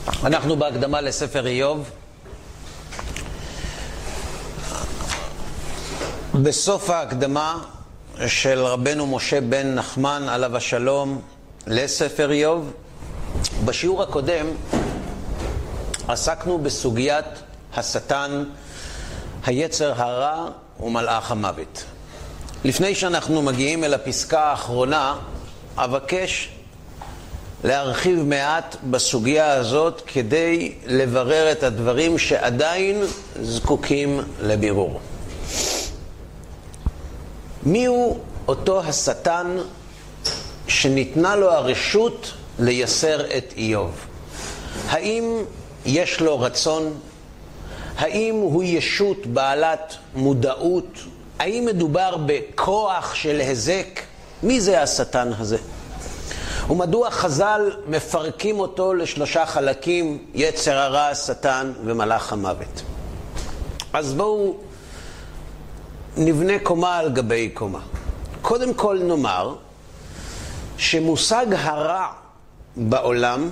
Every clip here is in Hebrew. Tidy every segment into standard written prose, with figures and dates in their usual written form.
אנחנו בהקדמה לספר איוב. בסוף ההקדמה של רבנו משה בן נחמן עליו השלום לספר איוב, בשיעור הקודם עסקנו בסוגיית השטן, היצר הרע ומלאך המוות. לפני שאנחנו מגיעים אל הפסקה האחרונה, אבקש להרחיב מעט בסוגיה הזאת כדי לברר את הדברים שעדיין זקוקים לבירור. מיהו אותו השטן שניתנה לו הרשות לייסר את איוב? האם יש לו רצון? האם הוא ישות בעלת מודעות? האם מדובר בכוח של הזק? מי זה השטן הזה? ומדוע חז"ל מפרקים אותו לשלושה חלקים: יצר הרע, השטן ומלאך המוות? אז בואו נבנה קומה על גבי קומה. קודם כל נאמר שמושג הרע בעולם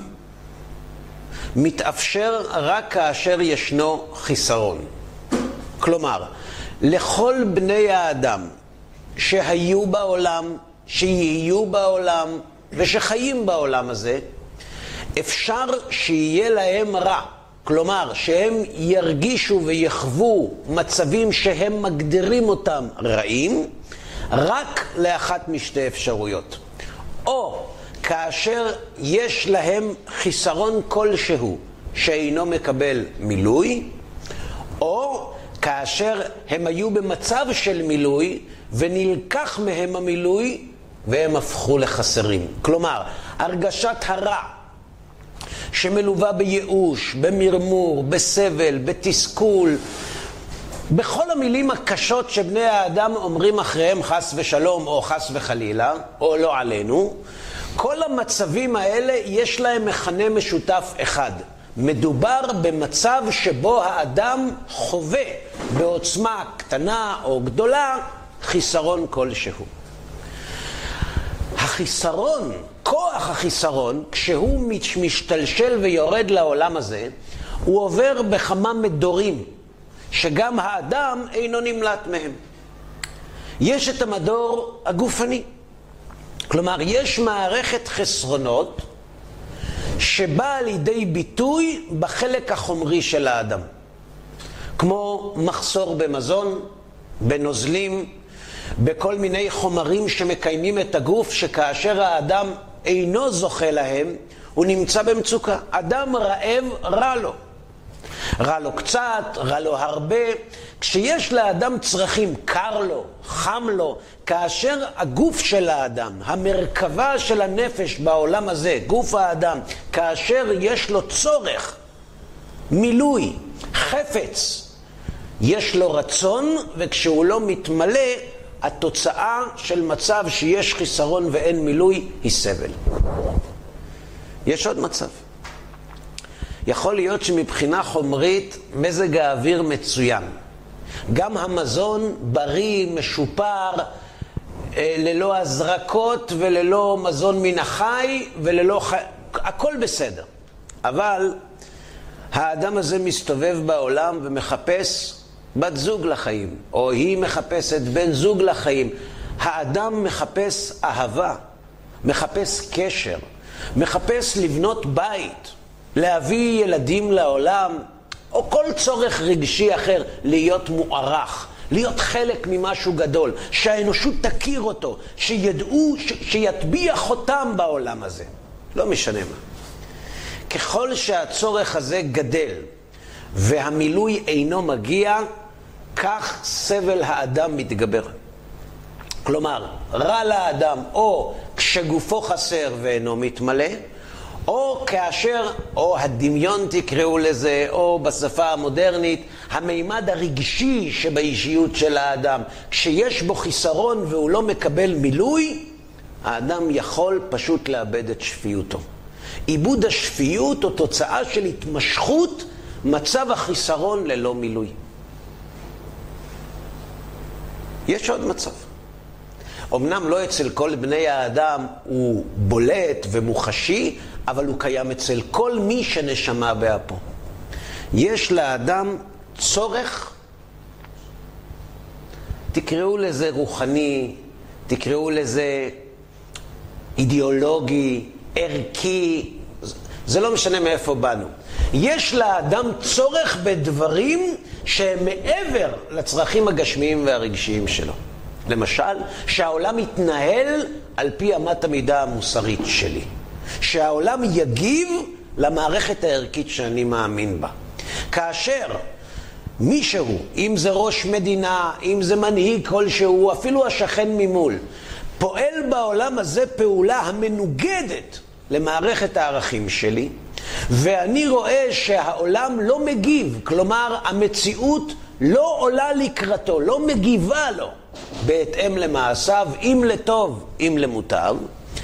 מתאפשר רק כאשר ישנו חיסרון. כלומר, לכל בני האדם שהיו בעולם, שיהיו בעולם ושחיים בעולם הזה, אפשר שיהיה להם רע. כלומר, שהם ירגישו ויחוו מצבים שהם מגדירים אותם רעים, רק לאחת משתי אפשרויות. או כאשר יש להם חיסרון כלשהו שאינו מקבל מילוי, או כאשר הם היו במצב של מילוי ונלקח מהם המילוי והם הפכו לחסרים. כלומר, הרגשת הרע שמלווה בייאוש, במרמור, בסבל, בתסכול, בכל המילים הקשות שבני האדם אומרים אחריהם חס ושלום או חס וחלילה או לא עלינו, כל המצבים האלה יש להם מכנה משותף אחד: מדובר במצב שבו האדם חווה בעוצמה קטנה או גדולה חיסרון כלשהו. החיסרון, כוח החיסרון, כשהוא משתלשל ויורד לעולם הזה, הוא עובר בכמה מדורים שגם האדם אינו נמלט מהם. יש את המדור הגופני, כלומר יש מערכת חסרונות שבאה לידי ביטוי בחלק החומרי של האדם, כמו מחסור במזון, בנוזלים, בכל מיני חומרים שמקיימים את הגוף, שכאשר האדם אינו זוכה להם הוא נמצא במצוקה. אדם רעב, רע לו. רע לו קצת, רע לו הרבה. כשיש לאדם צרכים, קר לו, חם לו, כאשר הגוף של האדם, המרכבה של הנפש בעולם הזה, גוף האדם, כאשר יש לו צורך, מילוי, חפץ, יש לו רצון, וכשהוא לא מתמלא, התוצאה של מצב שיש חיסרון ואין מילוי היא סבל. יש עוד מצב. יכול להיות שמבחינה חומרית מזג האוויר מצוין. גם המזון בריא, משופר, ללא הזרקות וללא מזון מן החי וללא הכל בסדר. אבל האדם הזה מסתובב בעולם ומחפש בת זוג לחיים, או היא מחפשת בן זוג לחיים. האדם מחפש אהבה, מחפש קשר, מחפש לבנות בית, להביא ילדים לעולם, או כל צורך רגשי אחר, להיות מוערך, להיות חלק ממשהו גדול, שהאנושות תכיר אותו, שידעו, שיטביע חותם בעולם הזה. לא משנה מה. ככל שהצורך הזה גדל והמילוי אינו מגיע, כך סבל האדם מתגבר. כלומר, רע לאדם או כשגופו חסר ואינו מתמלא, או כאשר, או הדמיון תקראו לזה, או בשפה המודרנית, המימד הרגשי שבאישיות של האדם, כשיש בו חיסרון והוא לא מקבל מילוי, האדם יכול פשוט לאבד את שפיותו. איבוד השפיות הוא תוצאה של התמשכות מצב החיסרון ללא מילוי. יש עוד מצב. אמנם לא אצל כל בני האדם הוא בולט ומוחשי, אבל הוא קיים אצל כל מי שנשמה באפו. יש לאדם צורך, תקראו לזה רוחני, תקראו לזה אידיאולוגי, ערכי, זה לא משנה מאיפה באנו. יש לאדם צורך בדברים שהם מעבר לצרכים הגשמיים והרגשיים שלו. למשל, שהעולם יתנהל על פי אמת המידה המוסרית שלי. שהעולם יגיב למערכת הערכית שאני מאמין בה. כאשר מישהו, אם זה ראש מדינה, אם זה מנהיג כלשהו, אפילו השכן ממול, פועל בעולם הזה פעולה המנוגדת למערכת הערכים שלי, ואני רואה שהעולם לא מגיב, כלומר המציאות לא עולה לקראתו, לא מגיבה לו בהתאם למעשיו, אם לטוב, אם למוטב,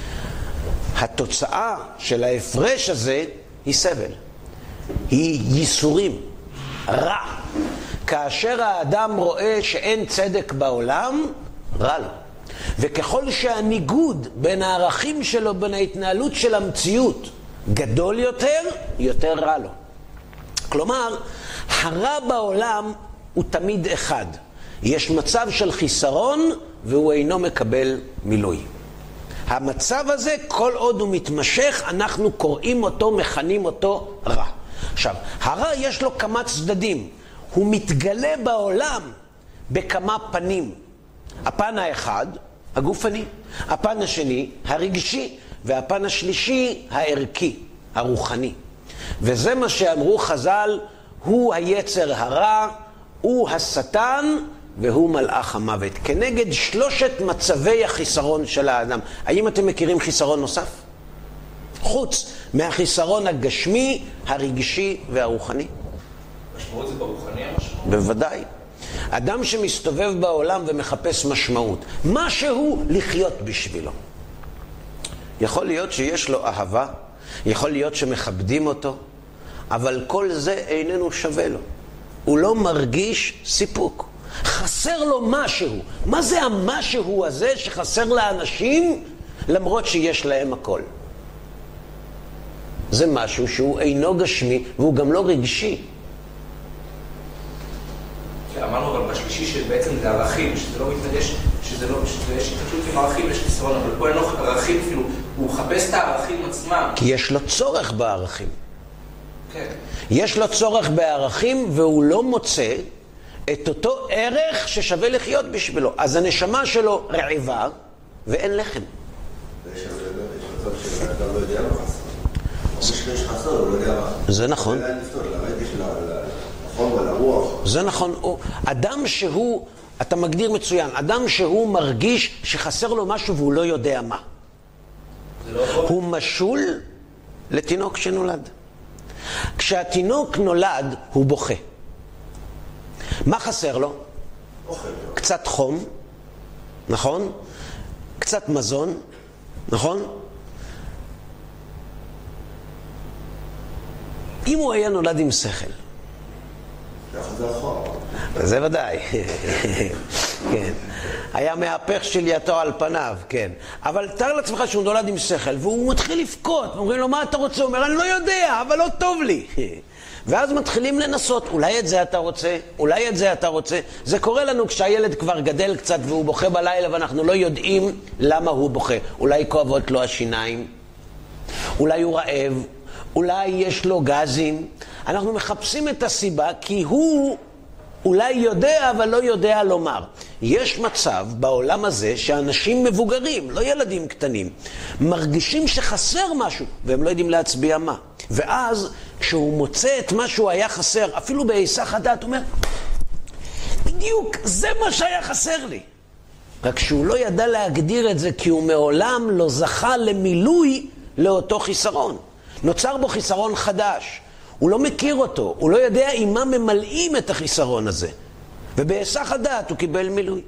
התוצאה של ההפרש הזה היא סבל, היא ייסורים, רע. כאשר האדם רואה שאין צדק בעולם, רע לו. וככל שהניגוד בין הערכים שלו, בין ההתנהלות של המציאות, גדול יותר, יותר רע לו. כלומר, הרע בעולם הוא תמיד אחד. יש מצב של חיסרון והוא אינו מקבל מילוי. המצב הזה, כל עוד הוא מתמשך, אנחנו קוראים אותו, מכנים אותו רע. עכשיו, הרע יש לו כמה צדדים. הוא מתגלה בעולם בכמה פנים. הפן האחד, הגופני. הפן השני, הרגשי. והפן השלישי, הערכי, הרוחני. וזה מה שאמרו חז"ל, הוא היצר הרע, הוא השטן והוא מלאך המוות. כנגד שלושת מצבי החיסרון של האדם. האם אתם מכירים חיסרון נוסף? חוץ מהחיסרון הגשמי, הרגשי והרוחני. משמעות זה ברוחני המשמעות? בוודאי. אדם שמסתובב בעולם ומחפש משמעות, משהו לחיות בשבילו. יכול להיות שיש לו אהבה, יכול להיות שמכבדים אותו, אבל כל זה איננו שווה לו. הוא לא מרגיש סיפוק. חסר לו משהו. מה זה המשהו הזה שחסר לאנשים למרות שיש להם הכל? זה משהו שהוא אינו גשמי והוא גם לא רגשי. אמרנו אבל בשלישי שבעצם זה ערכים, שזה לא מתנגש, שזה יש התנגשות עם ערכים, יש חיסרון, אבל פה אין לו ערכים אפילו, הוא מחפש את הערכים עצמם. כי יש לו צורך בערכים. כן. יש לו צורך בערכים והוא לא מוצא את אותו ערך ששווה לחיות בשבילו. אז הנשמה שלו רעבה ואין לחם. יש מצב שאדם לא יודע מה חסר. יש חסר, הוא לא יודע מה. זה נכון. זה נכון. אדם שהוא, אתה מגדיר מצוין, אדם שהוא מרגיש שחסר לו משהו והוא לא יודע מה. הוא משול לתינוק שנולד. כשהתינוק נולד, הוא בוכה. מה חסר לו? קצת חום, נכון? קצת מזון, נכון? אם הוא היה נולד עם שכל, זה ודאי. כן. היה מהפך שלייתו על פניו, כן. אבל תאר לעצמך שהוא נולד עם שכל, והוא מתחיל לבכות, אומרים לו, מה אתה רוצה? הוא אומר, אני לא יודע, אבל לא טוב לי. ואז מתחילים לנסות, אולי את זה אתה רוצה, אולי את זה אתה רוצה. זה קורה לנו כשהילד כבר גדל קצת והוא בוכה בלילה ואנחנו לא יודעים למה הוא בוכה. אולי כואבות לו השיניים, אולי הוא רעב, אולי יש לו גזים. אנחנו מחפשים את הסיבה כי הוא אולי יודע אבל לא יודע לומר. יש מצב בעולם הזה שאנשים מבוגרים, לא ילדים קטנים, מרגישים שחסר משהו והם לא יודעים להצביע מה. ואז כשהוא מוצא את מה שהוא היה חסר, אפילו בהיסח הדעת, הוא אומר, בדיוק זה מה שהיה חסר לי. רק שהוא לא ידע להגדיר את זה כי הוא מעולם לא זכה למילוי לאותו חיסרון. נוצר בו חיסרון חדש. הוא לא מכיר אותו, הוא לא יודע עם מה ממלאים את החיסרון הזה. ובהיסח הדעת הוא קיבל מילוי.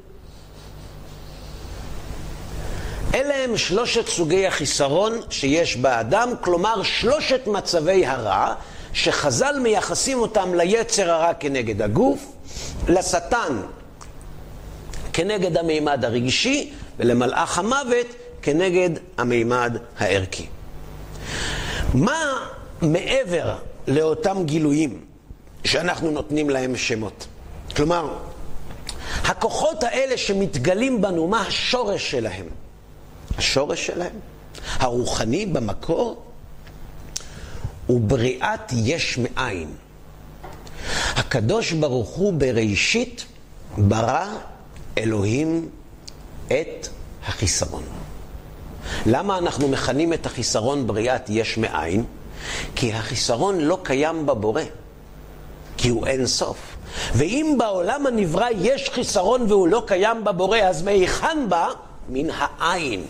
אלה הם שלושת סוגי החיסרון שיש באדם, כלומר שלושת מצבי הרע, שחז"ל מייחסים אותם ליצר הרע כנגד הגוף, לשטן כנגד המימד הרגשי, ולמלאך המוות כנגד המימד הערכי. מה מעבר לאותם גילויים שאנחנו נותנים להם שמות? כלומר, הכוחות האלה שמתגלים בנו, מה השורש שלהם? השורש שלהם, הרוחני במקור, הוא בריאת יש מאין. הקדוש ברוך הוא בראשית ברא אלוהים את החיסרון. למה אנחנו מכנים את החיסרון בריאת יש מאין? כי החיסרון לא קיים בבורא, כי הוא אין סוף. ואם בעולם הנברא יש חיסרון והוא לא קיים בבורא, אז מהיכן בא? מן העין.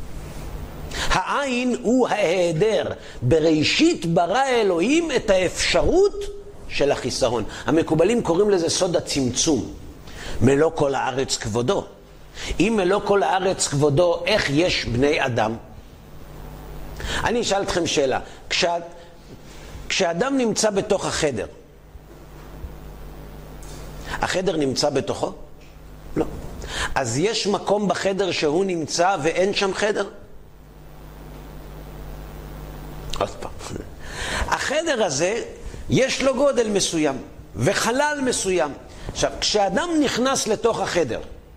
העין הוא ההיעדר. בראשית ברא אלוהים את האפשרות של החיסרון. המקובלים קוראים לזה סוד הצמצום. מלוא כל הארץ כבודו. אם מלוא כל הארץ כבודו, איך יש בני אדם? אני אשאל אתכם שאלה. כשאדם נמצא בתוך החדר, החדר נמצא בתוכו? לא. אז יש מקום בחדר שהוא נמצא ואין שם חדר? עוד פעם. החדר הזה יש לו גודל מסוים וחלל מסוים. עכשיו, כשאדם נכנס לתוך החדר,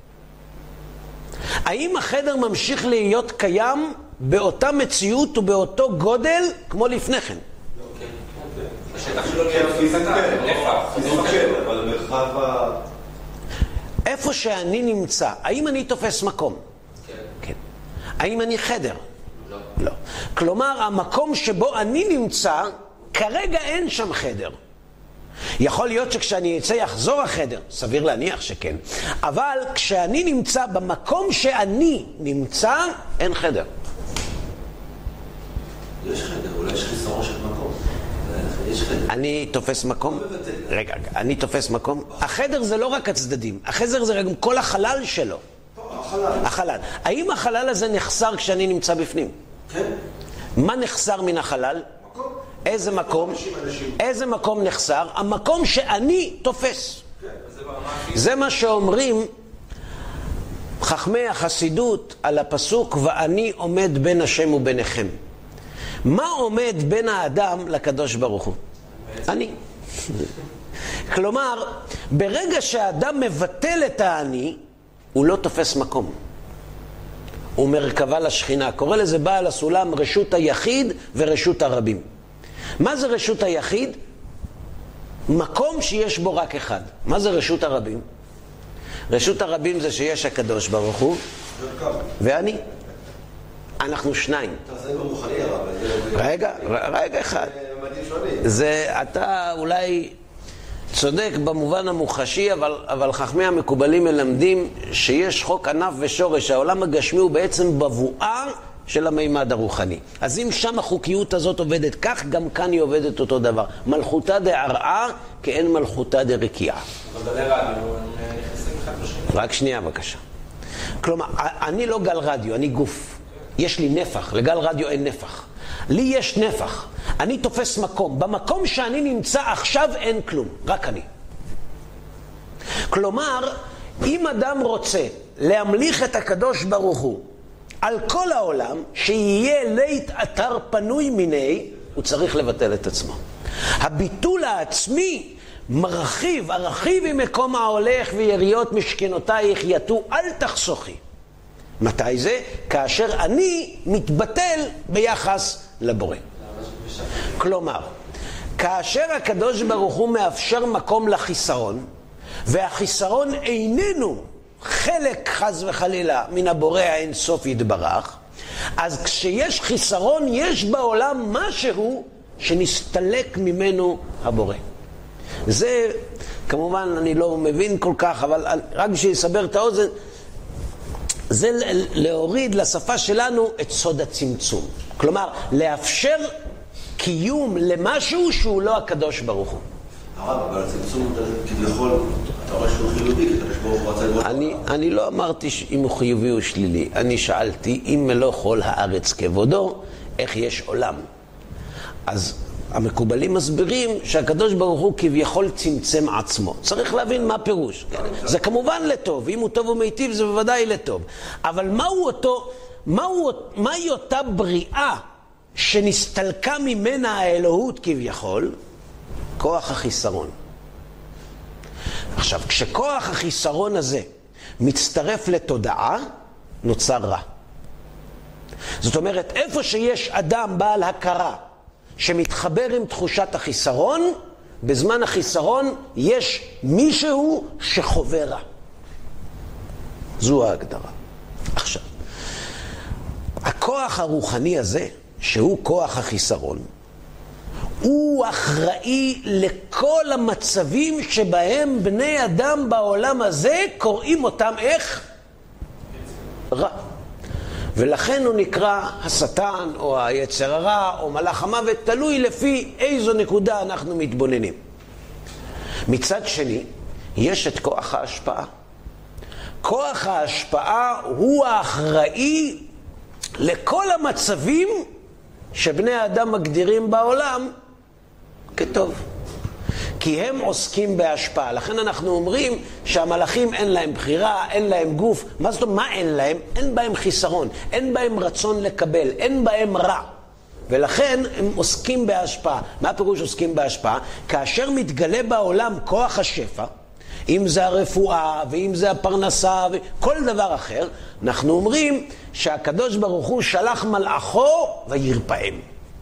האם החדר ממשיך להיות קיים באותה מציאות ובאותו גודל כמו לפני כן? השטח שלו נהיה נפח, אבל מרחב איפה שאני נמצא, האם אני תופס מקום? כן. האם אני חדר? לא. כלומר, המקום שבו אני נמצא, כרגע אין שם חדר. יכול להיות שכשאני אצא יחזור החדר, סביר להניח שכן. אבל כשאני נמצא במקום שאני נמצא, אין חדר. יש חדר, אולי יש חיסרון של מקום. אני תופס מקום? רגע, אני תופס מקום? החדר זה לא רק הצדדים, החדר זה גם כל החלל שלו. החלל. האם החלל הזה נחסר כשאני נמצא בפנים? כן. מה נחסר מן החלל? מקום. איזה מקום? איזה מקום נחסר? המקום שאני תופס. זה מה שאומרים חכמי החסידות על הפסוק ואני עומד בין השם וביניכם. מה עומד בין האדם לקדוש ברוך הוא? אני. כלומר, ברגע שהאדם מבטל את האני, הוא לא תופס מקום. הוא מרכבה לשכינה. קורא לזה בעל הסולם רשות היחיד ורשות הרבים. מה זה רשות היחיד? מקום שיש בו רק אחד. מה זה רשות הרבים? רשות הרבים זה שיש הקדוש ברוך הוא ואני. אנחנו שניים. זה ברוחני הרב. רגע אחד. זה אתה אולי צודק במובן המוחשי, אבל חכמי המקובלים מלמדים שיש חוק ענף ושורש. העולם הגשמי הוא בעצם בבואה של המימד הרוחני. אז אם שם החוקיות הזאת עובדת כך, גם כאן היא עובדת אותו דבר. מלכותה דערעה כאין מלכותה דרקיעה. אבל גלי רדיו, הם נכנסים אחד בשני. רק שנייה בבקשה. כלומר, אני לא גל רדיו, אני גוף. יש לי נפח, לגל רדיו אין נפח. לי יש נפח. אני תופס מקום. במקום שאני נמצא עכשיו אין כלום, רק אני. כלומר, אם אדם רוצה להמליך את הקדוש ברוך הוא על כל העולם, שיהיה לית אתר פנוי מיני, הוא צריך לבטל את עצמו. הביטול העצמי מרחיב, הרחיבי מקום ההולך ויריות משכנותייך יתו, אל תחסוכי. מתי זה? כאשר אני מתבטל ביחס לבורא. כלומר, כאשר הקדוש ברוך הוא מאפשר מקום לחיסרון, והחיסרון איננו חלק חס וחלילה מן הבורא האינסוף יתברך, אז כשיש חיסרון יש בעולם משהו שנסתלק ממנו הבורא. זה כמובן אני לא מבין כל כך, אבל רק בשביל לסבר את האוזן, זה להוריד לשפה שלנו את סוד הצמצום. כלומר, לאפשר קיום למשהו שהוא לא הקדוש ברוך הוא. הרב, אבל הצמצום כביכול, אתה רואה שהוא חיובי, כי הקדוש ברוך הוא רצה לראות. אני לא אמרתי אם הוא חיובי או שלילי. אני שאלתי, אם מלוא כל הארץ כבודו, איך יש עולם? אז המקובלים מסבירים שהקדוש ברוך הוא כביכול צמצם עצמו. צריך להבין מה פירוש. זה כמובן לטוב. אם הוא טוב ומיטיב זה בוודאי לטוב. אבל מהי אותה בריאה שנסתלקה ממנה האלוהות כביכול, כוח החיסרון. עכשיו, כשכוח החיסרון הזה מצטרף לתודעה, נוצר רע. זאת אומרת, איפה שיש אדם בעל הכרה שמתחבר עם תחושת החיסרון, בזמן החיסרון יש מישהו שחווה רע. זו ההגדרה. עכשיו, הכוח הרוחני הזה, שהוא כוח החיסרון, הוא אחראי לכל המצבים שבהם בני אדם בעולם הזה קוראים אותם איך? רע. ולכן הוא נקרא השטן או היצר הרע או מלאך המוות, תלוי לפי איזו נקודה אנחנו מתבוננים. מצד שני, יש את כוח ההשפעה. כוח ההשפעה הוא האחראי לכל המצבים שבני האדם מגדירים בעולם כטוב. כי הם עוסקים בהשפעה. לכן אנחנו אומרים שהמלאכים אין להם בחירה, אין להם גוף. מה זאת אומרת? מה אין להם? אין בהם חיסרון, אין בהם רצון לקבל, אין בהם רע. ולכן הם עוסקים בהשפעה. מה הפירוש עוסקים בהשפעה? כאשר מתגלה בעולם כוח השפע, אם זה הרפואה ואם זה הפרנסה וכל דבר אחר, אנחנו אומרים שהקדוש ברוך הוא שלח מלאכו וירפאם.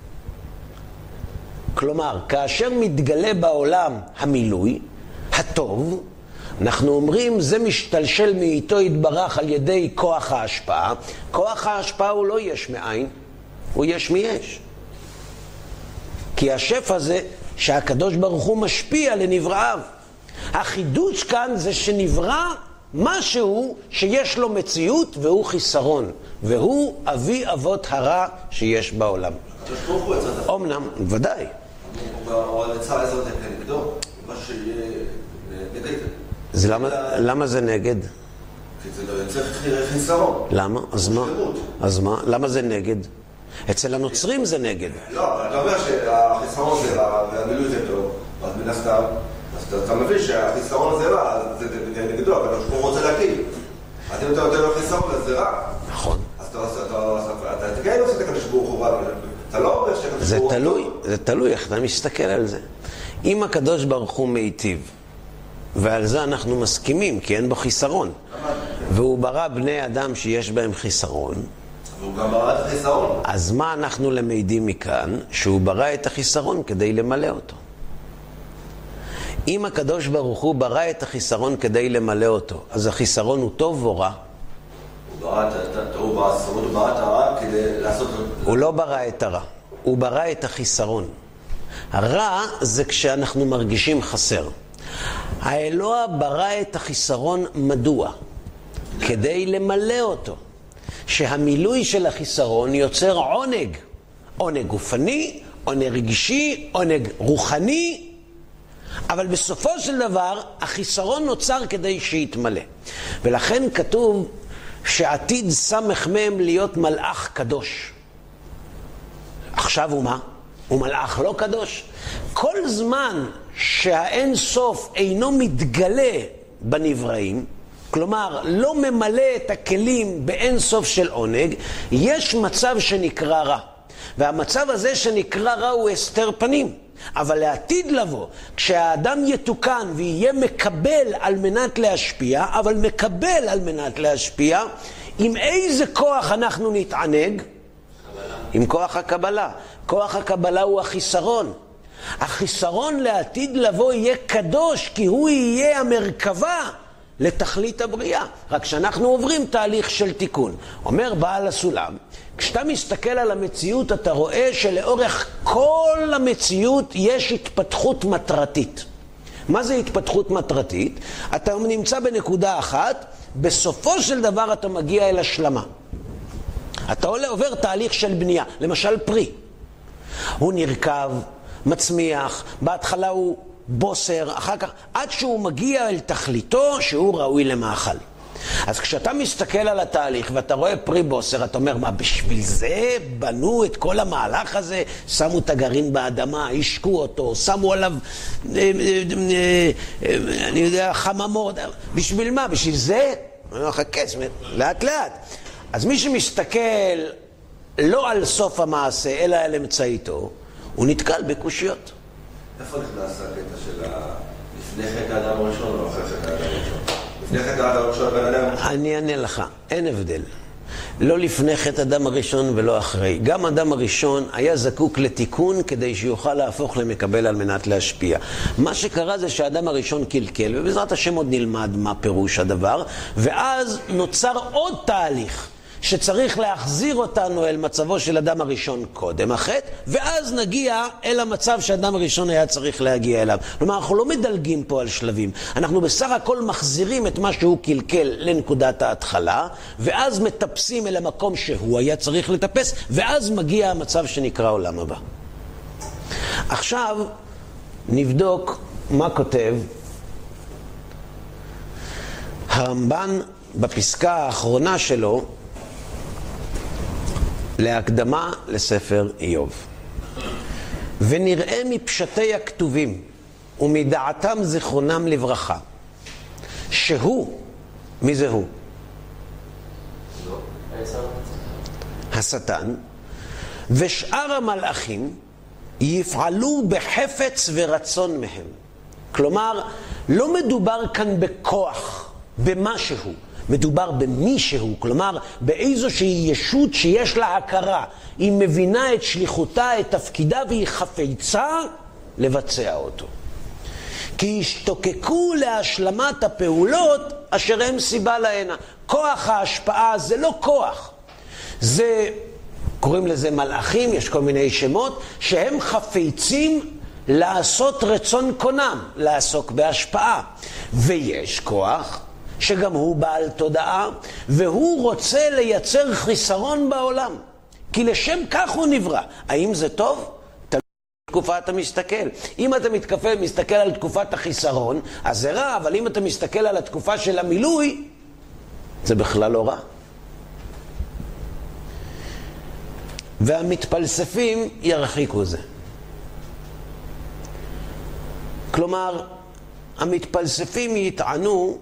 כלומר, כאשר מתגלה בעולם המילוי, הטוב, אנחנו אומרים זה משתלשל מאיתו יתברך על ידי כוח ההשפעה. כוח ההשפעה הוא לא יש מאין, הוא יש מיש. כי השפע זה שהקדוש ברוך הוא משפיע לנבראיו. החידוש כאן זה שנברא משהו שיש לו מציאות והוא חיסרון, והוא אבי אבות הרע שיש בעולם. אומנם, ודאי. הוא יצא איזה עוד נגדו, מה שיהיה נגד. למה זה נגד? כי זה צריך חיסרון. למה? אז מה? למה זה נגד? אצל הנוצרים זה נגד. לא, אתה אומר שהחיסרון זה רע והמילוי זה טוב, אז מן הסתם, אז אתה מבין שהחיסרון זה רע, זה נגדו, אבל הוא רוצה להקים. אז אם אתה יותר לחיסרון, אז זה רע. נכון. אז אתה תגיד לא עושה כזה שבור חובה, אתה לא אומר שכזה שבור חובה. זה תלוי איך אתה מסתכל על זה. אם הקדוש ברוך הוא מיטיב, ועל זה אנחנו מסכימים, כי אין בו חיסרון, והוא ברא בני אדם שיש בהם חיסרון, והוא גם ברא את החיסרון. אז מה אנחנו למדים מכאן? שהוא ברא את החיסרון כדי למלא אותו. אם הקדוש ברוך הוא ברא את החיסרון כדי למלא אותו, אז החיסרון הוא טוב או רע? הוא ברא את הרע כדי לעשות... הוא לא ברא את הרע, הוא ברא את החיסרון. הרע זה כשאנחנו מרגישים חסר. האלוה ברא את החיסרון מדוע? כדי למלא אותו. שהמילוי של החיסרון יוצר עונג. עונג גופני, עונג רגשי, עונג רוחני, אבל בסופו של דבר החיסרון נוצר כדי שיתמלא. ולכן כתוב שעתיד סמך מם להיות מלאך קדוש. עכשיו הוא מה? הוא מלאך לא קדוש. כל זמן שהאין סוף אינו מתגלה בנבראים, כלומר לא ממלא את הכלים באין סוף של עונג, יש מצב שנקרא רע. והמצב הזה שנקרא רע הוא הסתר פנים. אבל לעתיד לבוא, כשהאדם יתוקן ויהיה מקבל על מנת להשפיע, אבל מקבל על מנת להשפיע, עם איזה כוח אנחנו נתענג? עם כוח הקבלה. כוח הקבלה הוא החיסרון. החיסרון לעתיד לבוא יהיה קדוש, כי הוא יהיה המרכבה לתכלית הבריאה. רק שאנחנו עוברים תהליך של תיקון. אומר בעל הסולם, כשאתה מסתכל על המציאות אתה רואה שלאורך כל המציאות יש התפתחות מטרתית. מה זה התפתחות מטרתית? אתה נמצא בנקודה אחת, בסופו של דבר אתה מגיע אל השלמה. אתה עובר תהליך של בנייה, למשל פרי. הוא נרכב, מצמיח, בהתחלה הוא בוסר, אחר כך, עד שהוא מגיע אל תכליתו שהוא ראוי למאכל. אז כשאתה מסתכל על התהליך ואתה רואה פרי בוסר, אתה אומר, מה, בשביל זה בנו את כל המהלך הזה? שמו את הגרעין באדמה, השקו אותו, שמו עליו, אני יודע, חממות. בשביל מה? בשביל זה? אני אומר לך, כס, לאט לאט. אז מי שמסתכל לא על סוף המעשה, אלא על אמצעיתו, הוא נתקל בקושיות. איפה נכנס הקטע של לפני חטא האדם הראשון או אחרי חטא האדם הראשון? לפני חטא האדם הראשון בן אדם הראשון? אני אענה לך, אין הבדל. לא לפני חטא אדם הראשון ולא אחרי. גם אדם הראשון היה זקוק לתיקון כדי שיוכל להפוך למקבל על מנת להשפיע. מה שקרה זה שהאדם הראשון קלקל, ובעזרת השם עוד נלמד מה פירוש הדבר, ואז נוצר עוד תהליך שצריך להחזיר אותנו אל מצבו של אדם הראשון קודם החטא, ואז נגיע אל המצב שאדם הראשון היה צריך להגיע אליו. כלומר, אנחנו לא מדלגים פה על שלבים. אנחנו בסך הכל מחזירים את מה שהוא קלקל לנקודת ההתחלה, ואז מטפסים אל המקום שהוא היה צריך לטפס, ואז מגיע המצב שנקרא עולם הבא. עכשיו נבדוק מה כותב הרמב"ן בפסקה האחרונה שלו, להקדמה לספר איוב. ונראה מפשטי הכתובים ומדעתם זיכרונם לברכה שהוא, מי זה הוא? השטן ושאר המלאכים יפעלו בחפץ ורצון מהם. כלומר, לא מדובר כאן בכוח, במשהו, מדובר במישהו, כלומר באיזושהי ישות שיש לה הכרה, היא מבינה את שליחותה, את תפקידה, והיא חפצה לבצע אותו. כי השתוקקו להשלמת הפעולות אשר הם סיבה להנה. כוח ההשפעה זה לא כוח, זה, קוראים לזה מלאכים, יש כל מיני שמות, שהם חפצים לעשות רצון קונם, לעסוק בהשפעה. ויש כוח שגם הוא בעל תודעה, והוא רוצה לייצר חיסרון בעולם, כי לשם כך הוא נברא. האם זה טוב? תקופה אתה מסתכל. אם אתה מסתכל על תקופת החיסרון, אז זה רע, אבל אם אתה מסתכל על התקופה של המילוי, זה בכלל לא רע. והמתפלספים ירחיקו זה. כלומר, המתפלספים יטענו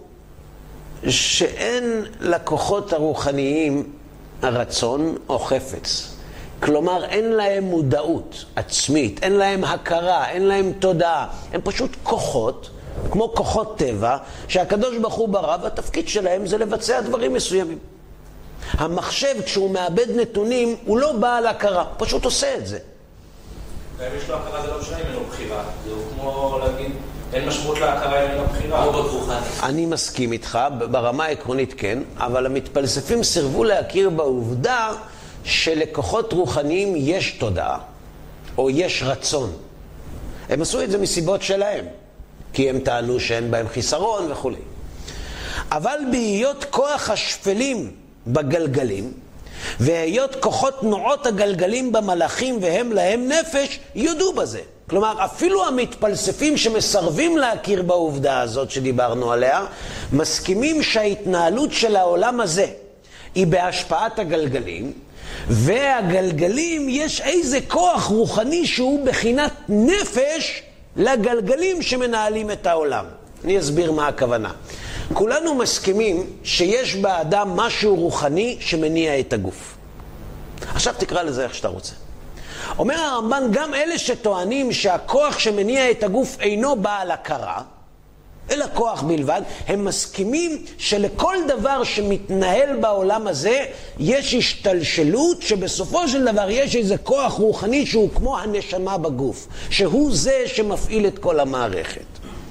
שאין לכוחות הרוחניים הרצון או חפץ. כלומר, אין להם מודעות עצמית, אין להם הכרה, אין להם תודעה. הם פשוט כוחות, כמו כוחות טבע, שהקדוש ברוך הוא ברא, והתפקיד שלהם זה לבצע דברים מסוימים. המחשב, כשהוא מאבד נתונים, הוא לא בעל הכרה, פשוט עושה את זה. אם יש לו הכרה, זה לא משנה אם אין לו בחירה. זה כמו להגיד, אין משמעות להכרה, אין לו בחירה. או בטרוחני. אני מסכים איתך, ברמה העקרונית כן, אבל המתפלספים סירבו להכיר בעובדה שלכוחות רוחניים יש תודעה, או יש רצון. הם עשו את זה מסיבות שלהם, כי הם טענו שאין בהם חיסרון וכו'. אבל בהיות כוח השפלים בגלגלים, והיות כוחות תנועות הגלגלים במלאכים והם להם נפש, יודו בזה. כלומר, אפילו המתפלספים שמסרבים להכיר בעובדה הזאת שדיברנו עליה, מסכימים שההתנהלות של העולם הזה היא בהשפעת הגלגלים, והגלגלים יש איזה כוח רוחני שהוא בחינת נפש לגלגלים שמנהלים את העולם. אני אסביר מה הכוונה. כולנו מסכימים שיש באדם משהו רוחני שמניע את הגוף. עכשיו תקרא לזה איך שאתה רוצה. אומר הרמב"ן, גם אלה שטוענים שהכוח שמניע את הגוף אינו בעל הכרה, אלא כוח בלבד, הם מסכימים שלכל דבר שמתנהל בעולם הזה יש השתלשלות, שבסופו של דבר יש איזה כוח רוחני שהוא כמו הנשמה בגוף, שהוא זה שמפעיל את כל המערכת.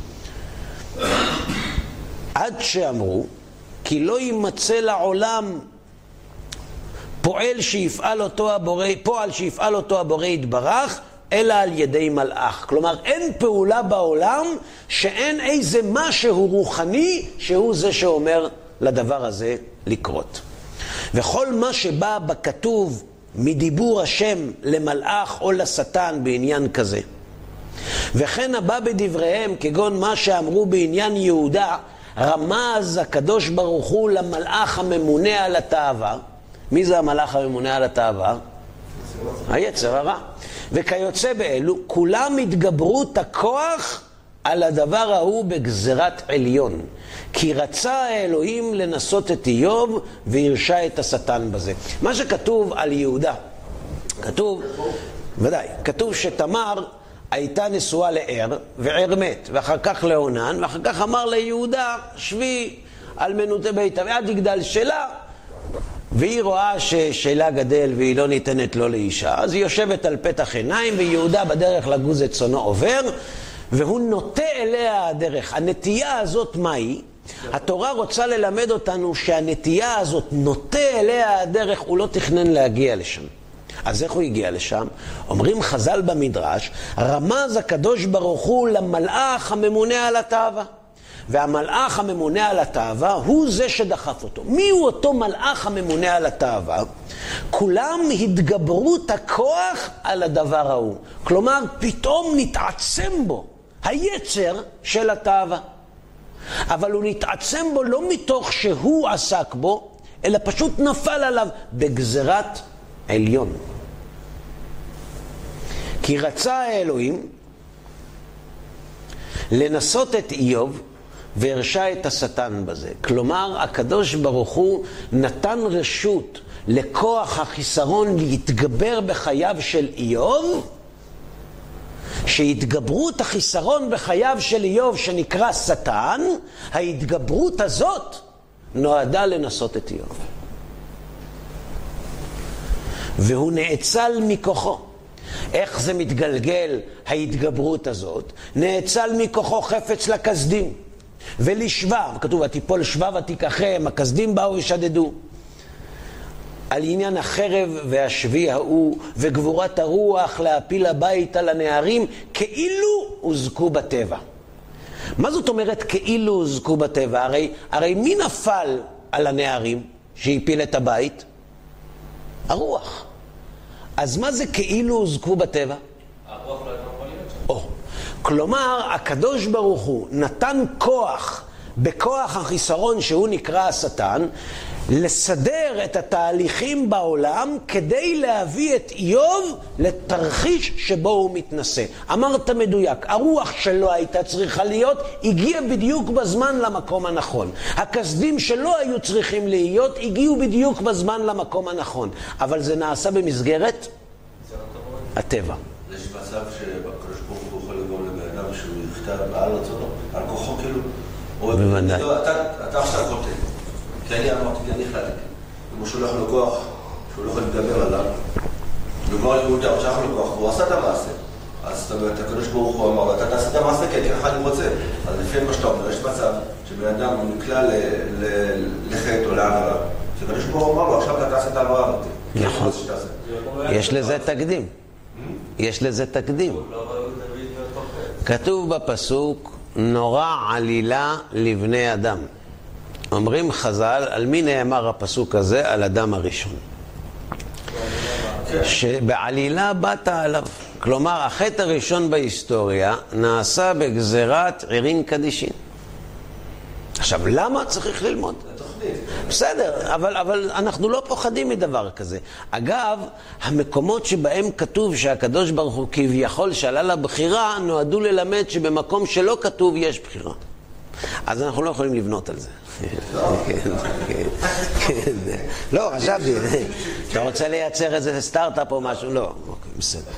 עד שאמרו, כי לא יימצא לעולם פועל שיפעל אותו הבורא יתברך, אלא על ידי מלאך. כלומר, אין פעולה בעולם שאין איזה משהו רוחני שהוא זה שאומר לדבר הזה לקרות. וכל מה שבא בכתוב מדיבור השם למלאך או לשטן בעניין כזה, וכן הבא בדבריהם כגון מה שאמרו בעניין יהודה, רמז הקדוש ברוך הוא למלאך הממונה על התאווה. מי זה המלאך הממונה על התאווה? היצר הרע. וכיוצא באלו, כולם התגברות הכוח על הדבר ההוא בגזרת עליון. כי רצה האלוהים לנסות את איוב והרשע את השטן בזה. מה שכתוב על יהודה כתוב, ודאי, כתוב שתמר הייתה נשואה לער, וער מת, ואחר כך לעונן, ואחר כך אמר ליהודה, שבי על מנותי ביתה, ועד יגדל שלה, והיא רואה ששלה גדל והיא לא ניתנת לו לאישה, אז היא יושבת על פתח עיניים, ויהודה בדרך לגוז את צונו עובר, והוא נוטה אליה הדרך. הנטייה הזאת מהי? התורה רוצה ללמד אותנו שהנטייה הזאת נוטה אליה הדרך, הוא לא תכנן להגיע לשם. אז איך הוא הגיע לשם? אומרים חז"ל במדרש, רמז הקדוש ברוך הוא למלאך הממונה על התאווה. והמלאך הממונה על התאווה הוא זה שדחף אותו. מי הוא אותו מלאך הממונה על התאווה? כולם התגברות הכוח על הדבר ההוא. כלומר, פתאום נתעצם בו היצר של התאווה. אבל הוא נתעצם בו לא מתוך שהוא עסק בו, אלא פשוט נפל עליו בגזרת עליון. כי רצה האלוהים לנסות את איוב והרשע את השטן בזה. כלומר, הקדוש ברוך הוא נתן רשות לכוח החיסרון להתגבר בחייו של איוב, שהתגברות החיסרון בחייו של איוב שנקרא שטן, ההתגברות הזאת נועדה לנסות את איוב. והוא נאצל מכוחו. איך זה מתגלגל ההתגברות הזאת? נאצל מכוחו חפץ לכסדים ולשבב, כתוב ותיפול שבב ותיקחם, הכסדים באו ושדדו. על עניין החרב והשבי ההוא וגבורת הרוח להפיל הבית על הנערים, כאילו הוזקו בטבע. מה זאת אומרת כאילו הוזקו בטבע? הרי מי נפל על הנערים שהפיל את הבית? הרוח. אז מה זה כאילו הוזקו בטבע? הרוח לא הייתה יכולה. כלומר, הקדוש ברוך הוא נתן כוח, בכוח החיסרון שהוא נקרא השטן, לסדר את התהליכים בעולם כדי להביא את איוב לתרחיש שבו הוא מתנסה. אמרת מדויק, הרוח שלו הייתה צריכה להיות, הגיע בדיוק בזמן למקום הנכון. הכסדים שלו היו צריכים להיות, הגיעו בדיוק בזמן למקום הנכון. אבל זה נעשה במסגרת הטבע. יש מצב שהקדוש ברוך הוא יכול לגרום לבן אדם שהוא יכתב על רצונו, על כוחו כאילו. בוודאי. אתה עכשיו חוטא. כי אני אמרתי, אני החלטתי. אם הוא שולח לו כוח, שהוא לא יכול לדבר עליו, דוגמא ליהודה, הוא שולח לו כוח, והוא עשה את המעשה. אז זאת אומרת, הקדוש ברוך הוא אמר, אתה תעשה את המעשה, כי ככה אני רוצה. אז לפי מה שאתה אומר, יש מצב שבן אדם הוא נקלע לחטא או לעבירה. שהקדוש ברוך הוא אמר לו, עכשיו אתה תעשה את העבירה. נכון. יש לזה תקדים. יש לזה תקדים. כתוב בפסוק, נורא עלילה לבני אדם. אומרים חז"ל, על מי נאמר הפסוק הזה? על אדם הראשון. שבעלילה באת עליו. כלומר, החטא הראשון בהיסטוריה נעשה בגזרת עירין קדישין. עכשיו, למה צריך ללמוד? בסדר, אבל אנחנו לא פוחדים מדבר כזה. אגב, המקומות שבהם כתוב שהקדוש ברוך הוא כביכול שעלה לבחירה, נועדו ללמד שבמקום שלא כתוב יש בחירה. אז אנחנו לא יכולים לבנות על זה. לא, חשבתי, אתה רוצה לייצר איזה סטארט-אפ או משהו? לא, אוקיי, בסדר.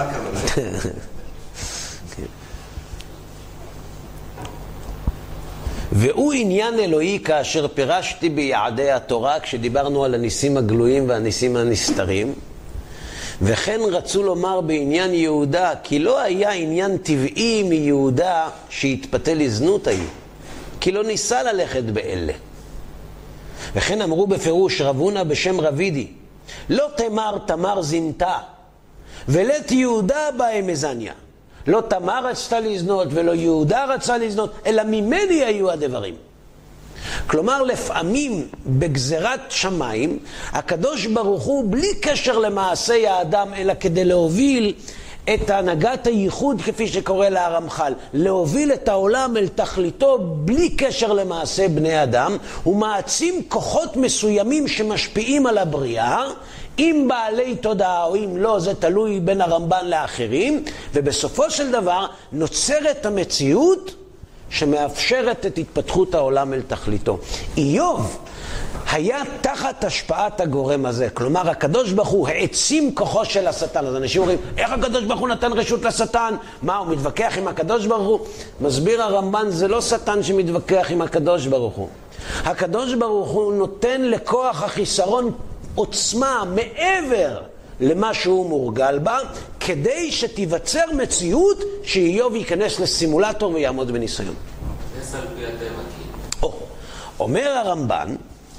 והוא עניין אלוהי כאשר פירשתי ביעדי התורה כשדיברנו על הניסים הגלויים והניסים הנסתרים, וכן רצו לומר בעניין יהודה כי לא היה עניין טבעי מיהודה שהתפתה לזנות ההיא, כי לא ניסה ללכת באלה. וכן אמרו בפירוש רבונה בשם רבידי, לא תמר תמר זינתה ולת יהודה בהם מזניה. לא תמר רצתה לזנות ולא יהודה רצה לזנות, אלא ממני היו הדברים. כלומר, לפעמים בגזרת שמיים, הקדוש ברוך הוא בלי קשר למעשי האדם, אלא כדי להוביל את הנהגת הייחוד, כפי שקורא לה הרמח"ל, להוביל את העולם אל תכליתו בלי קשר למעשה בני אדם, הוא מעצים כוחות מסוימים שמשפיעים על הבריאה, אם בעלי תודעה או אם לא, זה תלוי בין הרמב"ן לאחרים, ובסופו של דבר נוצרת המציאות שמאפשרת את התפתחות העולם אל תכליתו. איוב היה תחת השפעת הגורם הזה. כלומר, הקדוש ברוך הוא העצים כוחו של השטן. אז אנשים אומרים, איך הקדוש ברוך הוא נתן רשות לשטן? מה, הוא מתווכח עם הקדוש ברוך הוא? מסביר הרמב"ן, זה לא שטן שמתווכח עם הקדוש ברוך הוא. הקדוש ברוך הוא נותן לכוח החיסרון עוצמה מעבר למה שהוא מורגל בה, כדי שתיווצר מציאות שאיוב ייכנס לסימולטור ויעמוד בניסיון. זה על פי הטבע. אומר הרמב"ן,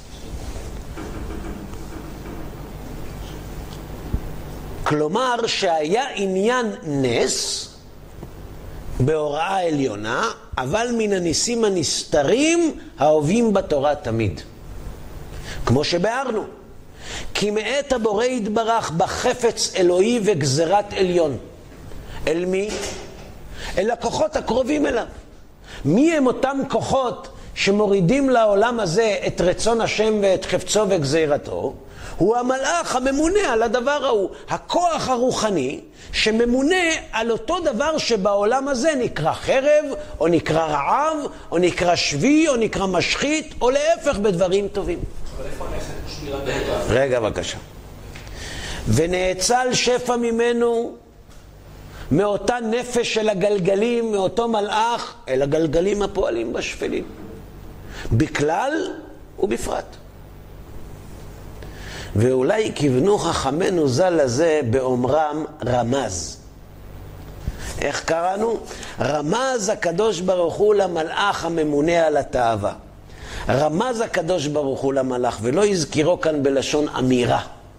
כלומר שהיה עניין נס בהוראה עליונה, אבל מן הניסים הנסתרים האהובים בתורה תמיד. כמו שבארנו, כי מאת הבורא יתברך בחפץ אלוהי וגזרת עליון. אל מי? אל הכוחות הקרובים אליו. מי הם אותם כוחות שמורידים לעולם הזה את רצון השם ואת חפצו וגזירתו? הוא המלאך הממונה על הדבר ההוא, הכוח הרוחני שממונה על אותו דבר שבעולם הזה נקרא חרב, או נקרא רעב, או נקרא שבי, או נקרא משחית, או להפך בדברים טובים. אבל איפה נכת שמירת הטבע? רגע בבקשה. ונאצל שפע ממנו, מאותה נפש של הגלגלים, מאותו מלאך, אל הגלגלים הפועלים בשפלים. בכלל ובפרט. ואולי כיוונו חכמינו ז"ל לזה באומרם רמז. איך קראנו? רמז הקדוש ברוך הוא למלאך הממונה על התאווה. רמז הקדוש ברוך הוא למלאך, ולא הזכירו כאן בלשון אמירה.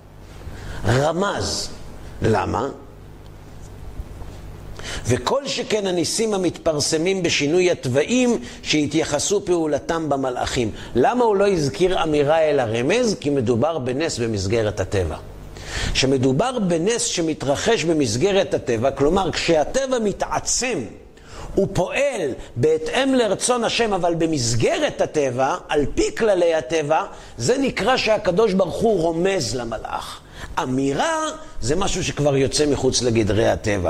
רמז. למה? וכל שכן הניסים המתפרסמים בשינוי התוואים שהתייחסו פעולתם במלאכים. למה הוא לא הזכיר אמירה אלא רמז? כי מדובר בנס במסגרת הטבע. שמדובר בנס שמתרחש במסגרת הטבע, כלומר כשהטבע מתעצם הוא פועל בהתאם לרצון השם, אבל במסגרת הטבע, על פי כללי הטבע, זה נקרא שהקדוש ברוך הוא רומז למלאך. אמירה זה משהו שכבר יוצא מחוץ לגדרי הטבע.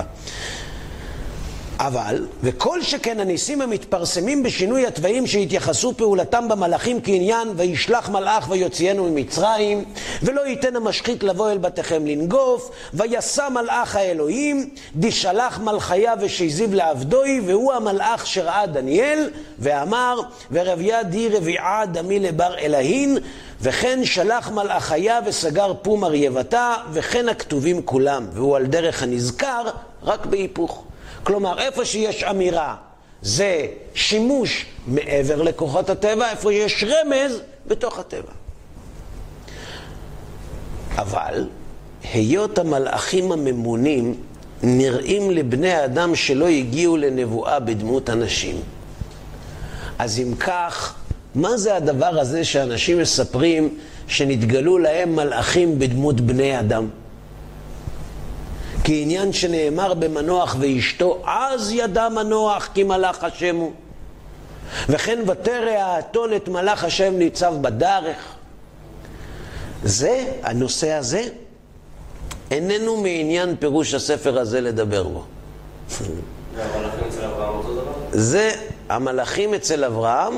אבל, וכל שכן הניסים המתפרסמים בשינוי התוואים שהתייחסו פעולתם במלאכים כעניין, וישלח מלאך ויוציאנו ממצרים, ולא ייתן המשחית לבוא אל בתיכם לנגוף, ויסע מלאך האלוהים, דשלח מלחיה ושזיב לעבדוי, והוא המלאך שראה דניאל, ואמר, ורביה די רביעה דמי לבר אלהין, וכן שלח מלאכיה וסגר פום ארייבתה, וכן הכתובים כולם, והוא על דרך הנזכר רק בהיפוך. כלומר, איפה שיש אמירה, זה שימוש מעבר לכוחות הטבע, איפה יש רמז בתוך הטבע. אבל, היות המלאכים הממונים נראים לבני האדם שלא הגיעו לנבואה בדמות אנשים. אז אם כך, מה זה הדבר הזה שאנשים מספרים שנתגלו להם מלאכים בדמות בני אדם? כי עניין שנאמר במנוח ואשתו, אז ידע מנוח כי מלאך השם הוא. וכן ותרא האתון את מלאך השם ניצב בדרך. זה, הנושא הזה, איננו מעניין פירוש הספר הזה לדבר בו. והמלאכים אצל אברהם אותו דבר? זה, המלאכים אצל אברהם,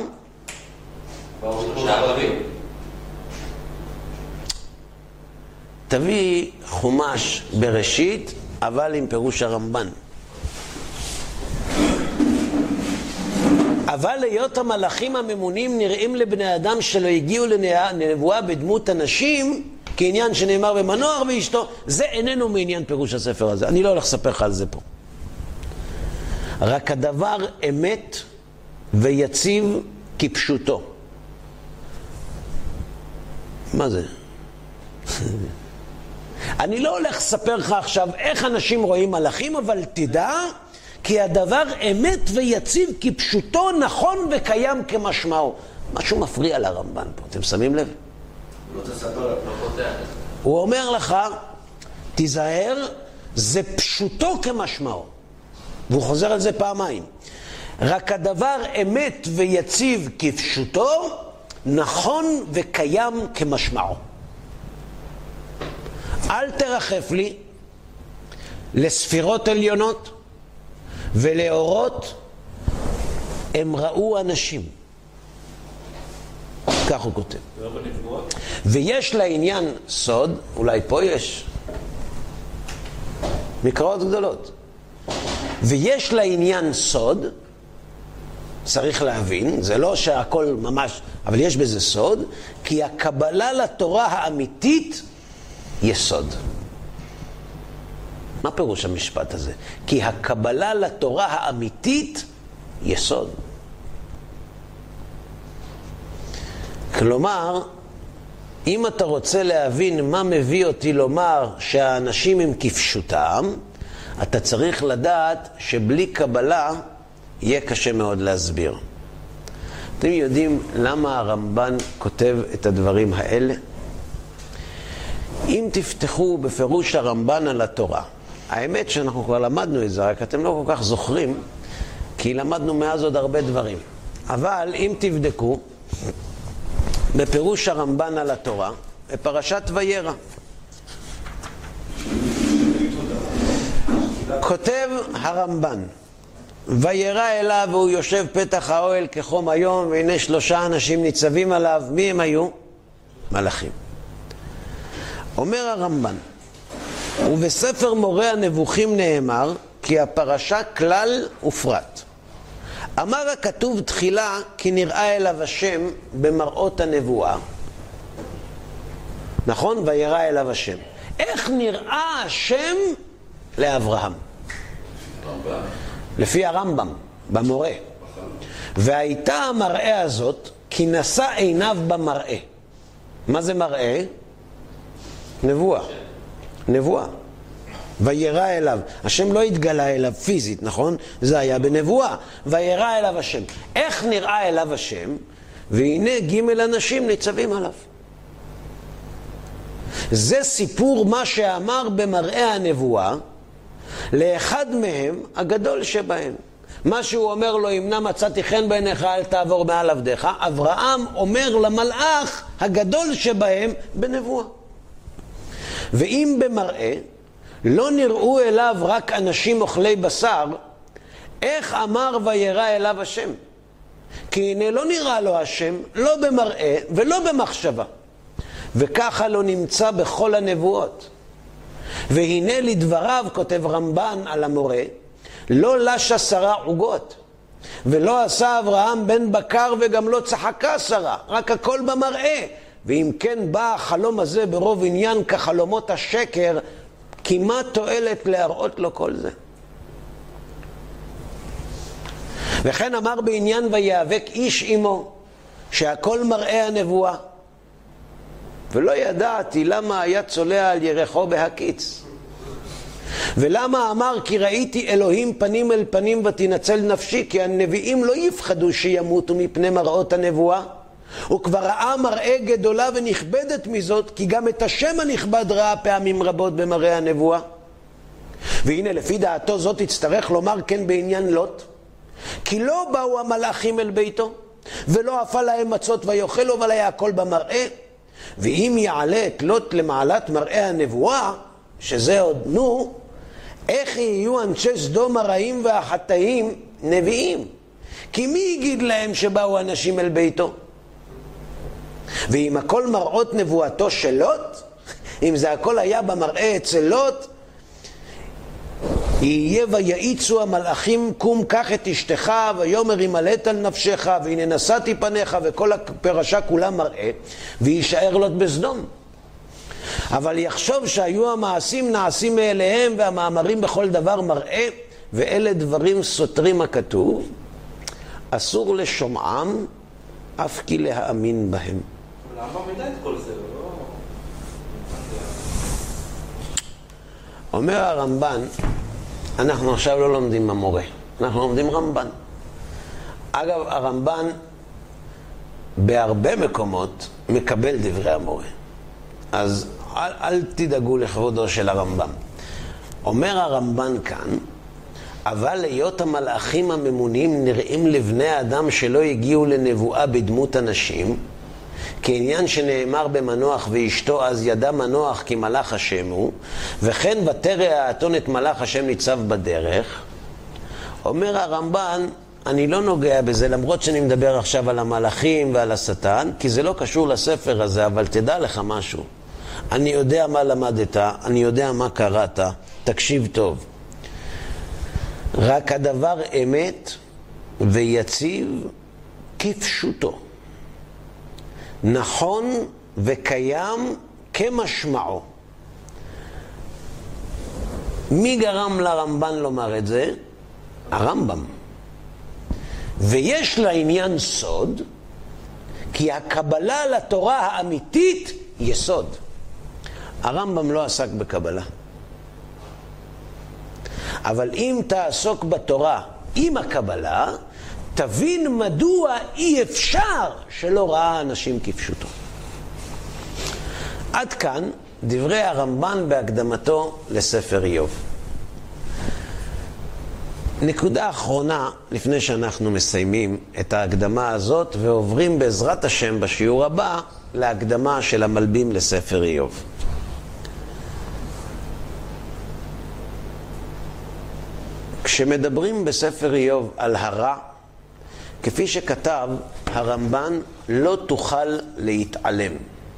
תביא חומש בראשית, אבל עם פירוש הרמב"ן. אבל להיות המלאכים הממונים נראים לבני אדם שלא הגיעו לנבואה בדמות אנשים, כעניין שנאמר במנוח ואשתו, זה איננו מעניין פירוש הספר הזה. אני לא הולך לספר לך על זה פה. רק הדבר אמת ויציב כפשוטו. מה זה? אני לא הולך לספר לך עכשיו איך אנשים רואים מלאכים, אבל תדע כי הדבר אמת ויציב כפשוטו, נכון וקיים כמשמעו. משהו מפריע לרמב"ן פה, אתם שמים לב? לא תספר, לא פותח. הוא אומר לך, תיזהר, זה פשוטו כמשמעו. והוא חוזר על זה פעמיים. רק הדבר אמת ויציב כפשוטו, נכון וקיים כמשמעו. אל תרחף לי לספירות עליונות ולאורות הם ראו אנשים. כך הוא כותב. ויש לעניין סוד, אולי פה יש מקראות גדולות, ויש לעניין סוד, צריך להבין, זה לא שהכל ממש, אבל יש בזה סוד, כי הקבלה לתורה האמיתית יסוד. מה פירוש המשפט הזה? כי הקבלה לתורה האמיתית יסוד. כלומר, אם אתה רוצה להבין מה מביא אותי לומר שהאנשים הם כפשוטם, אתה צריך לדעת שבלי קבלה יהיה קשה מאוד להסביר. אתם יודעים למה הרמב"ן כותב את הדברים האלה? אם תפתחו בפירוש הרמב"ן על התורה, האמת שאנחנו כבר למדנו את זה, רק אתם לא כל כך זוכרים, כי למדנו מאז עוד הרבה דברים. אבל אם תבדקו בפירוש הרמב"ן על התורה, בפרשת וירא, כותב הרמב"ן, וירא אליו והוא יושב פתח האוהל כחום היום, והנה 3 אנשים ניצבים עליו. מי הם היו? מלאכים. אומר הרמב"ן, ובספר מורה הנבוכים נאמר, כי הפרשה כלל ופרט. אמר הכתוב תחילה, כי נראה אליו השם במראות הנבואה. נכון? וירא אליו השם. איך נראה השם לאברהם? לפי הרמב"ם, במורה. והייתה המראה הזאת, כי נשא עיניו במראה. מה זה מראה? נבואה. נבואה. וירא אליו. השם לא התגלה אליו פיזית, נכון? זה היה בנבואה. וירא אליו השם. איך נראה אליו השם? והנה ג' אנשים ניצבים עליו. זה סיפור מה שאמר במראה הנבואה, לאחד מהם הגדול שבהם. מה שהוא אומר לו, אם נא מצאתי חן בעיניך אל תעבור מעל עבדיך. אברהם אומר למלאך הגדול שבהם בנבואה. ואם במראה לא נראו אליו רק אנשים אוכלי בשר, איך אמר וירא אליו השם? כי הנה לא נראה לו השם, לא במראה ולא במחשבה. וככה לא נמצא בכל הנבואות. והנה לדבריו, כותב רמב"ן על המורה, לא לשה שרה עוגות, ולא עשה אברהם בן בקר, וגם לא צחקה שרה, רק הכל במראה. ואם כן בא החלום הזה ברוב עניין כחלומות השקר, כי מה תועלת להראות לו כל זה? וכן אמר בעניין ויאבק איש עמו, שהכל מראה הנבואה. ולא ידעתי למה היה צולע על ירחו בהקיץ. ולמה אמר כי ראיתי אלוהים פנים אל פנים ותנצל נפשי, כי הנביאים לא יפחדו שימותו מפני מראות הנבואה. הוא כבר ראה מראה גדולה ונכבדת מזאת, כי גם את השם הנכבד ראה פעמים רבות במראה הנבואה. והנה לפי דעתו זאת יצטרך לומר כן בעניין לוט, כי לא באו המלאכים אל ביתו, ולא אפה להם מצות ויאכלו, אבל היה הכל במראה. ואם יעלה את לוט למעלת מראה הנבואה, שזה עוד איך יהיו אנשי סדום הרעים והחטאים נביאים? כי מי יגיד להם שבאו אנשים אל ביתו? ואם הכל מראות נבואתו של לוט, אם זה הכל היה במראה אצל לוט, יהיה ויעיצו המלאכים קום קח את אשתך ויאמר ימלט על נפשך והנה נשאתי פניך, וכל הפרשה כולה מראה, וישאר לוט בסדום. אבל יחשוב שהיו המעשים נעשים מאליהם והמאמרים בכל דבר מראה, ואלה דברים סותרים הכתוב, אסור לשומעם אף כי להאמין בהם. למה מידע את כל זה? אומר הרמב"ן, אנחנו עכשיו לא לומדים המורה, אנחנו לומדים רמב"ן. אגב, הרמב"ן בהרבה מקומות מקבל דברי המורה, אז אל תדאגו לכבודו של הרמב"ן. אומר הרמב"ן כאן, אבל להיות המלאכים הממונים נראים לבני האדם שלא הגיעו לנבואה בדמות אנשים, כעניין שנאמר במנוח ואשתו אז ידע מנוח כי מלאך השם הוא, וכן ותרא האתון את מלאך השם ניצב בדרך. אומר הרמב"ן, אני לא נוגע בזה, למרות שאני מדבר עכשיו על המלאכים ועל השטן, כי זה לא קשור לספר הזה, אבל תדע לך משהו. אני יודע מה למדת, אני יודע מה קראת, תקשיב טוב. רק הדבר אמת ויציב כפשוטו. נכון וקיים כמשמעו. מי גרם לרמב"ן לומר את זה? הרמב"ם. ויש לעניין סוד, כי הקבלה לתורה האמיתית יסוד. הרמב"ם לא עסק בקבלה. אבל אם תעסוק בתורה עם הקבלה, תבין מדוע אי אפשר שלא ראה אנשים כפשוטו. עד כאן דברי הרמב"ן בהקדמתו לספר איוב. נקודה אחרונה לפני שאנחנו מסיימים את ההקדמה הזאת ועוברים בעזרת השם בשיעור הבא להקדמה של המלבים לספר איוב. כשמדברים בספר איוב על הרע, כפי שכתב הרמב"ן, לא תוכל להתעלם.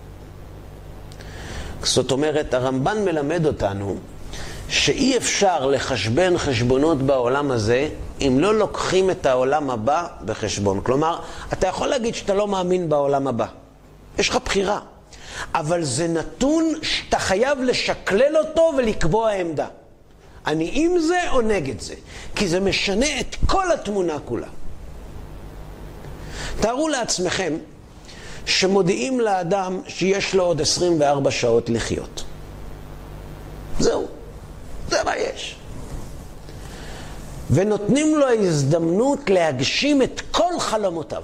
זאת אומרת, הרמב"ן מלמד אותנו שאי אפשר לחשבן חשבונות בעולם הזה אם לא לוקחים את העולם הבא בחשבון. כלומר, אתה יכול להגיד שאתה לא מאמין בעולם הבא. יש לך בחירה. אבל זה נתון שאתה חייב לשקלל אותו ולקבוע עמדה. אני עם זה או נגד זה? כי זה משנה את כל התמונה כולה. תארו לעצמכם שמודיעים לאדם שיש לו עוד 24 שעות לחיות. זהו. זה מה יש. ונותנים לו הזדמנות להגשים את כל חלומותיו.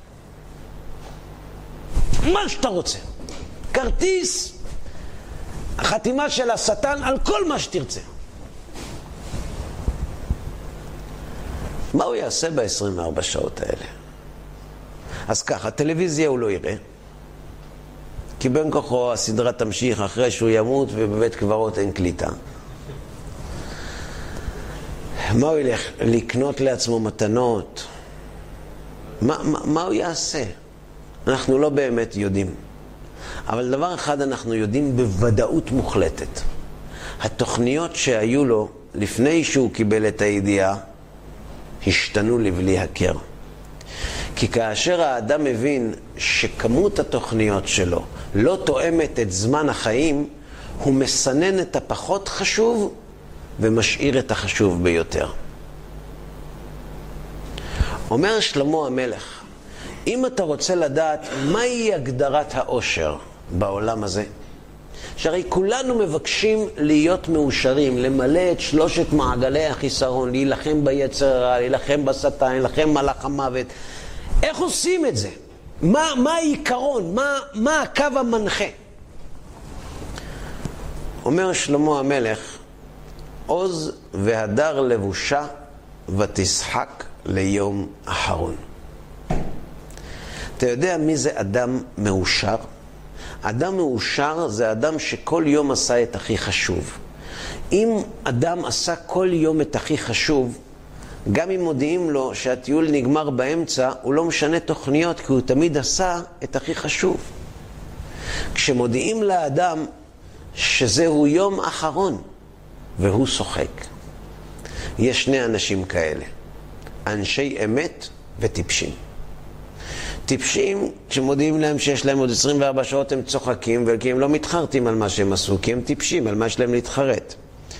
מה שאתה רוצה. כרטיס, החתימה של השטן על כל מה שתרצה. מה הוא יעשה ב-24 שעות האלה? אז ככה, טלוויזיה הוא לא יראה, כי בין כוחו הסדרה תמשיך אחרי שהוא ימות ובבית קברות אין קליטה. מה הוא ילך? לקנות לעצמו מתנות? מה הוא יעשה? אנחנו לא באמת יודעים. אבל דבר אחד אנחנו יודעים בוודאות מוחלטת. התוכניות שהיו לו לפני שהוא קיבל את הידיעה, השתנו לבלי הכר. כי כאשר האדם מבין שכמות התוכניות שלו לא תואמת את זמן החיים, הוא מסנן את הפחות חשוב ומשאיר את החשוב ביותר. אומר שלמה המלך, אם אתה רוצה לדעת מהי הגדרת האושר בעולם הזה, שהרי כולנו מבקשים להיות מאושרים, למלא את 3 מעגלי החיסרון, להילחם ביצר הרע, להילחם בשטן, להילחם מלאך המוות. איך עושים את זה? מה העיקרון? מה הקו המנחה? אומר שלמה המלך, עוז והדר לבושה ותשחק ליום אחרון. אתה יודע מי זה אדם מאושר? אדם מאושר זה אדם שכל יום עשה את הכי חשוב. אם אדם עשה כל יום את הכי חשוב, גם אם מודיעים לו שהטיול נגמר באמצע, הוא לא משנה תוכניות, כי הוא תמיד עשה את הכי חשוב. כשמודיעים לאדם שזהו יום אחרון, והוא שוחק. יש 2 אנשים כאלה, אנשי אמת וטיפשים. טיפשים, כשמודיעים להם שיש להם עוד 24 שעות, הם צוחקים, כי הם לא מתחרטים על מה שהם עשו, כי הם טיפשים, על מה שלהם להתחרט.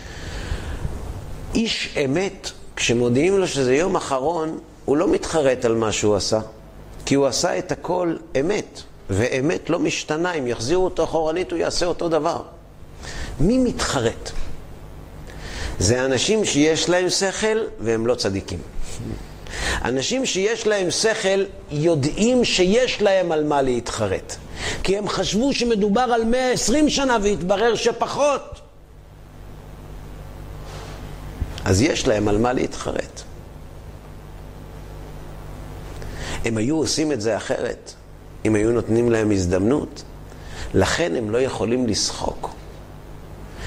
איש אמת, כשמודיעים לו שזה יום אחרון, הוא לא מתחרט על מה שהוא עשה, כי הוא עשה את הכל אמת, ואמת לא משתנה. אם יחזירו אותו אחורנית, הוא יעשה אותו דבר. מי מתחרט? זה אנשים שיש להם שכל והם לא צדיקים. אנשים שיש להם שכל יודעים שיש להם על מה להתחרט, כי הם חשבו שמדובר על 120 שנה והתברר שפחות. אז יש להם על מה להתחרט. הם היו עושים את זה אחרת אם היו נותנים להם הזדמנות. לכן הם לא יכולים לשחוק.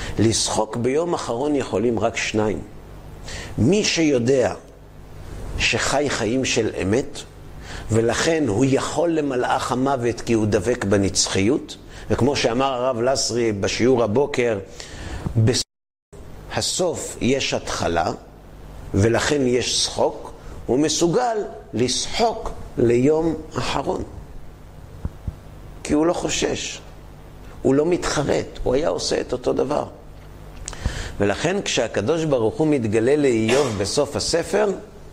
לשחוק ביום אחרון יכולים רק 2. מי שיודע שחי חיים של אמת, ולכן הוא יכול למלאך המוות כי הוא דבק בנצחיות, וכמו שאמר הרב לסרי בשיעור הבוקר, בסוף יש התחלה, ולכן יש שחוק, הוא מסוגל לשחוק ליום אחרון. כי הוא לא חושש, הוא לא מתחרט, הוא היה עושה את אותו דבר. ולכן כשהקדוש ברוך הוא מתגלה לאיוב בסוף הספר,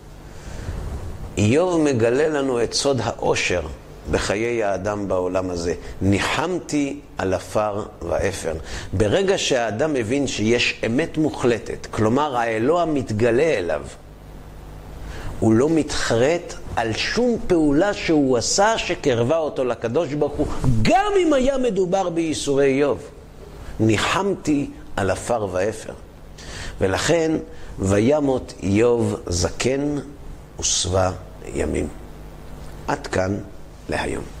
איוב מגלה לנו את סוד האושר בחיי האדם בעולם הזה. ניחמתי על עפר ואפר. ברגע שהאדם מבין שיש אמת מוחלטת, כלומר האלוה מתגלה אליו, הוא לא מתחרט על שום פעולה שהוא עשה שקרבה אותו לקדוש ברוך הוא, גם אם היה מדובר בייסורי איוב. ניחמתי על עפר ואפר. ולכן וימות איוב זקן ושבע ימים. עד כאן להיום.